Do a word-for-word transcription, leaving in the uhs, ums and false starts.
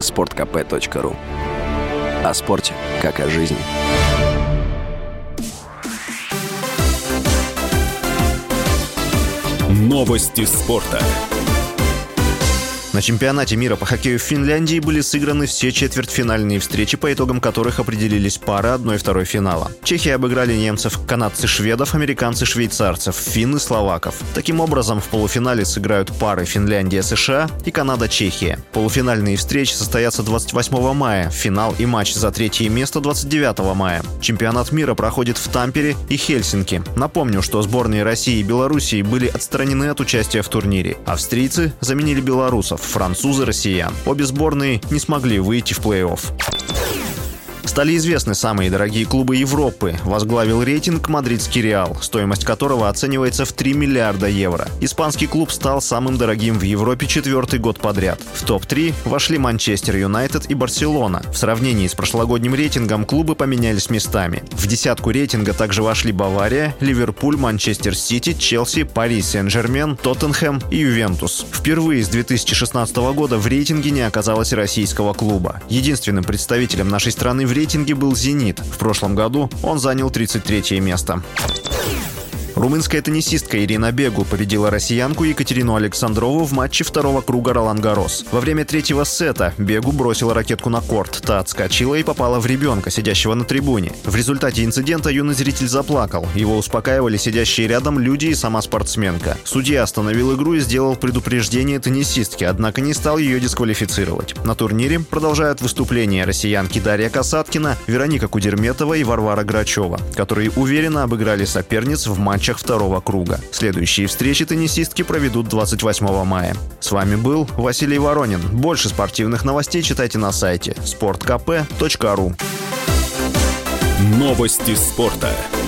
спорт ка пэ точка ру. О спорте, как о жизни. Новости спорта. На чемпионате мира по хоккею в Финляндии были сыграны все четвертьфинальные встречи, по итогам которых определились пары одной и второй финала. Чехия обыграли немцев, канадцы шведов, американцы швейцарцев, финны словаков. Таким образом, в полуфинале сыграют пары Финляндия-США и Канада-Чехия. Полуфинальные встречи состоятся двадцать восьмого мая, финал и матч за третье место двадцать девятого мая. Чемпионат мира проходит в Тампере и Хельсинки. Напомню, что сборные России и Белоруссии были отстранены от участия в турнире. Австрийцы заменили белорусов, французы — россиян. Обе сборные не смогли выйти в плей-офф. Стали известны самые дорогие клубы Европы. Возглавил рейтинг мадридский «Реал», стоимость которого оценивается в три миллиарда евро. Испанский клуб стал самым дорогим в Европе четвертый год подряд. В топ три вошли Манчестер Юнайтед и Барселона. В сравнении с прошлогодним рейтингом клубы поменялись местами. В десятку рейтинга также вошли Бавария, Ливерпуль, Манчестер Сити, Челси, Пари Сен-Жермен, Тоттенхэм и Ювентус. Впервые с две тысячи шестнадцатого года в рейтинге не оказалось российского клуба. Единственным представителем нашей страны в рейтинге был «Зенит». В прошлом году он занял тридцать третье место. Румынская теннисистка Ирина Бегу победила россиянку Екатерину Александрову в матче второго круга Ролан-Гаррос. Во время третьего сета Бегу бросила ракетку на корт, та отскочила и попала в ребенка, сидящего на трибуне. В результате инцидента юный зритель заплакал. Его успокаивали сидящие рядом люди и сама спортсменка. Судья остановил игру и сделал предупреждение теннисистке, однако не стал ее дисквалифицировать. На турнире продолжают выступления россиянки Дарья Касаткина, Вероника Кудерметова и Варвара Грачева, которые уверенно обыграли соперниц в матчах второго круга. Следующие встречи теннисистки проведут двадцать восьмого мая. С вами был Василий Воронин. Больше спортивных новостей читайте на сайте спорт ка пэ точка ру. Новости спорта.